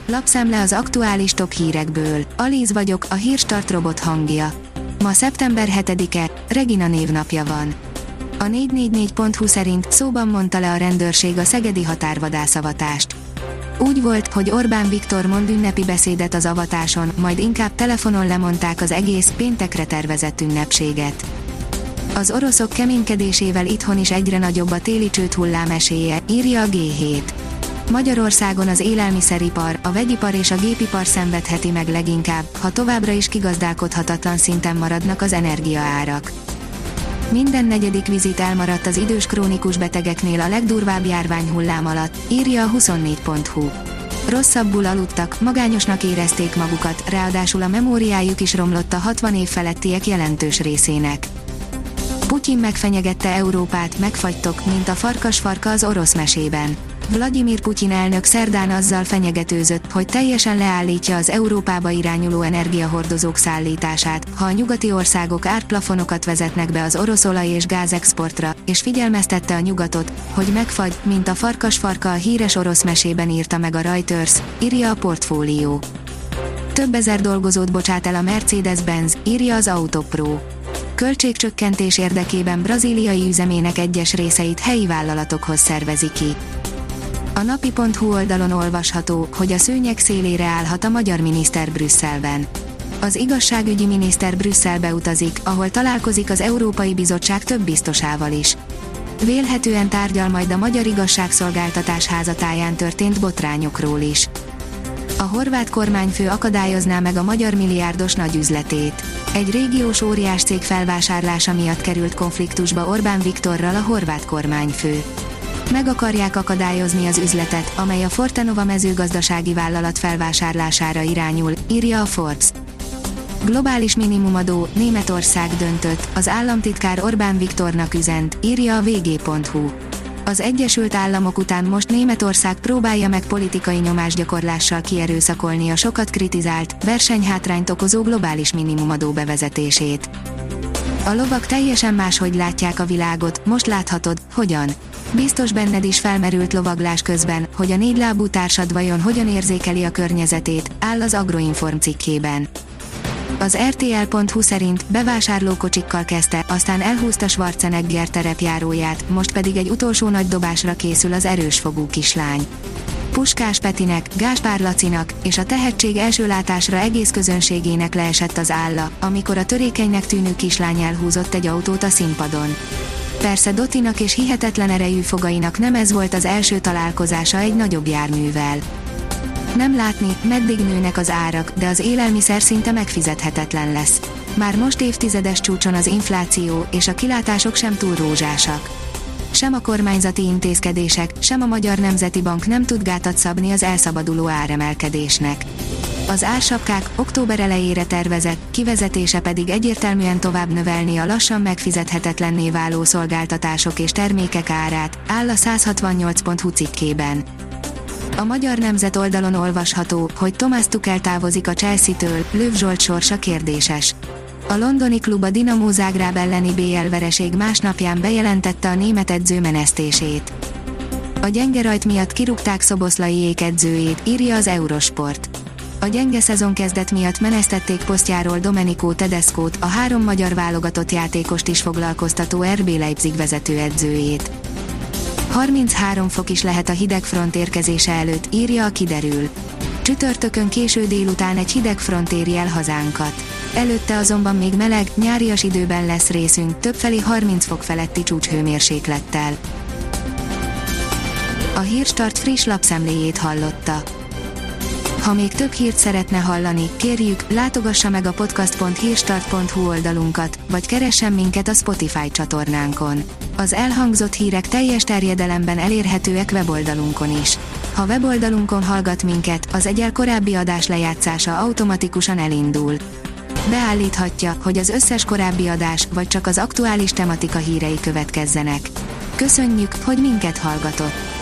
Lapszemle az aktuális top hírekből. Alíz vagyok, a Hírstart robot hangja. Ma szeptember 7-e, Regina névnapja van. A 444.hu szerint szóban mondta le a rendőrség a szegedi határvadászavatást. Úgy volt, hogy Orbán Viktor mond ünnepi beszédet az avatáson, majd inkább telefonon lemondták az egész péntekre tervezett ünnepséget. Az oroszok keménykedésével itthon is egyre nagyobb a téli csődhullám esélye, írja a G7. Magyarországon az élelmiszeripar, a vegyipar és a gépipar szenvedheti meg leginkább, ha továbbra is kigazdálkodhatatlan szinten maradnak az energiaárak. Minden negyedik vizit elmaradt az idős krónikus betegeknél a legdurvább járványhullám alatt, írja a 24.hu. Rosszabbul aludtak, magányosnak érezték magukat, ráadásul a memóriájuk is romlott a 60 év felettiek jelentős részének. Putyin megfenyegette Európát, megfagytok, mint a farkas az orosz mesében. Vladimir Putyin elnök szerdán azzal fenyegetőzött, hogy teljesen leállítja az Európába irányuló energiahordozók szállítását, ha a nyugati országok árplafonokat vezetnek be az orosz olaj- és gázexportra, és figyelmeztette a nyugatot, hogy megfagy, mint a farkas a híres orosz mesében, írta meg a Reuters, írja a Portfólió. Több ezer dolgozót bocsát el a Mercedes-Benz, írja az Autopro. Költségcsökkentés érdekében brazíliai üzemének egyes részeit helyi vállalatokhoz szervezi ki. A napi.hu oldalon olvasható, hogy a szőnyeg szélére állhat a magyar miniszter Brüsszelben. Az igazságügyi miniszter Brüsszelbe utazik, ahol találkozik az Európai Bizottság több biztosával is. Vélhetően tárgyal majd a Magyar Igazságszolgáltatás házatáján történt botrányokról is. A horvát kormányfő akadályozná meg a magyar milliárdos nagyüzletét. Egy régiós óriáscég felvásárlása miatt került konfliktusba Orbán Viktorral a horvát kormányfő. Meg akarják akadályozni az üzletet, amely a Fortenova mezőgazdasági vállalat felvásárlására irányul, írja a Forbes. Globális minimumadó, Németország döntött, az államtitkár Orbán Viktornak üzent, írja a vg.hu. Az Egyesült Államok után most Németország próbálja meg politikai nyomásgyakorlással kierőszakolni a sokat kritizált, versenyhátrányt okozó globális minimumadó bevezetését. A lovak teljesen máshogy látják a világot, most láthatod, hogyan. Biztos benned is felmerült lovaglás közben, hogy a négylábú társad vajon hogyan érzékeli a környezetét, áll az Agroinform cikkében. Az RTL.hu szerint bevásárlókocsikkal kezdte, aztán elhúzta Schwarzenegger terepjáróját, most pedig egy utolsó nagy dobásra készül az erősfogú kislány. Puskás Petinek, Gáspár Lacinak és a tehetség első látásra egész közönségének leesett az álla, amikor a törékenynek tűnő kislány elhúzott egy autót a színpadon. Persze Dotinak és hihetetlen erejű fogainak nem ez volt az első találkozása egy nagyobb járművel. Nem látni, meddig nőnek az árak, de az élelmiszer szinte megfizethetetlen lesz. Már most évtizedes csúcson az infláció, és a kilátások sem túl rózsásak. Sem a kormányzati intézkedések, sem a Magyar Nemzeti Bank nem tud gátat szabni az elszabaduló áremelkedésnek. Az ársapkák október elejére tervezett, kivezetése pedig egyértelműen tovább növelni a lassan megfizethetetlenné váló szolgáltatások és termékek árát, áll a 168.hu cikkében. A Magyar Nemzet oldalon olvasható, hogy Thomas Tuchel távozik a Chelsea-től, Löw Zsolt sorsa kérdéses. A londoni klub a Dinamo Zágráb elleni BL vereség másnapján bejelentette a német edző menesztését. A gyenge rajt miatt kirúgták Szoboszlaiék edzőjét, írja az Eurosport. A gyenge szezonkezdet miatt menesztették posztjáról Domenico Tedescót, a 3 magyar válogatott játékost is foglalkoztató RB Leipzig vezetőedzőjét. 33 fok is lehet a hidegfront érkezése előtt, írja a Kiderül. Csütörtökön késő délután egy hidegfront éri el hazánkat. Előtte azonban még meleg, nyárias időben lesz részünk, többfelé 30 fok feletti csúcshőmérséklettel. A Hírstart friss lapszemléjét hallotta. Ha még több hírt szeretne hallani, kérjük, látogassa meg a podcast.hírstart.hu oldalunkat, vagy keressen minket a Spotify csatornánkon. Az elhangzott hírek teljes terjedelemben elérhetőek weboldalunkon is. Ha weboldalunkon hallgat minket, az egyel korábbi adás lejátszása automatikusan elindul. Beállíthatja, hogy az összes korábbi adás, vagy csak az aktuális tematika hírei következzenek. Köszönjük, hogy minket hallgatott!